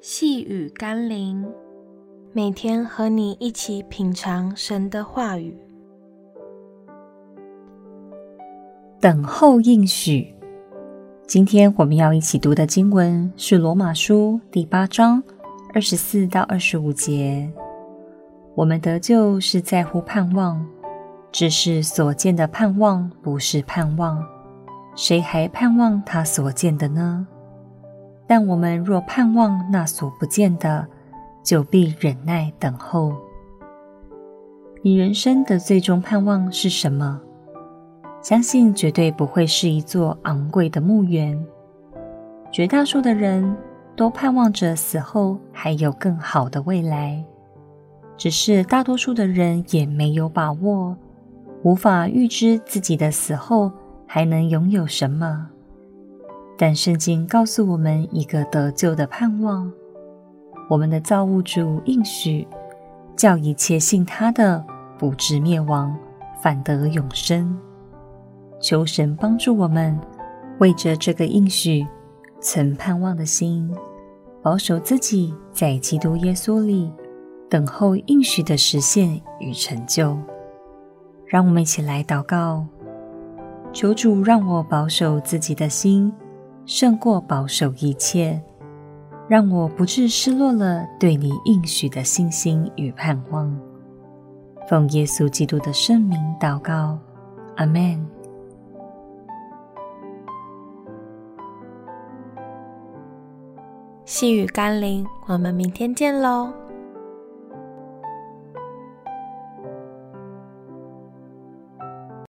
细雨甘霖，每天和你一起品尝神的话语。 等候应许。今天我们要一起读的经文是罗马书第8章24到25节。我们得救是在乎盼望，只是所见的盼望不是盼望，谁还盼望他所见的呢？但我们若盼望那所不见的，就必忍耐等候。你人生的最终盼望是什么？相信绝对不会是一座昂贵的墓园。绝大多数的人都盼望着死后还有更好的未来，只是大多数的人也没有把握，无法预知自己的死后还能拥有什么。但圣经告诉我们一个得救的盼望，我们的造物主应许，叫一切信他的不至灭亡，反得永生。求神帮助我们，为着这个应许，存盼望的心，保守自己在基督耶稣里，等候应许的实现与成就。让我们一起来祷告，求主让我保守自己的心，胜过保守一切，让我不致失落了对你应许的信心与盼望。奉耶稣基督的圣名祷告，阿们。 细雨甘霖，我们明天见咯。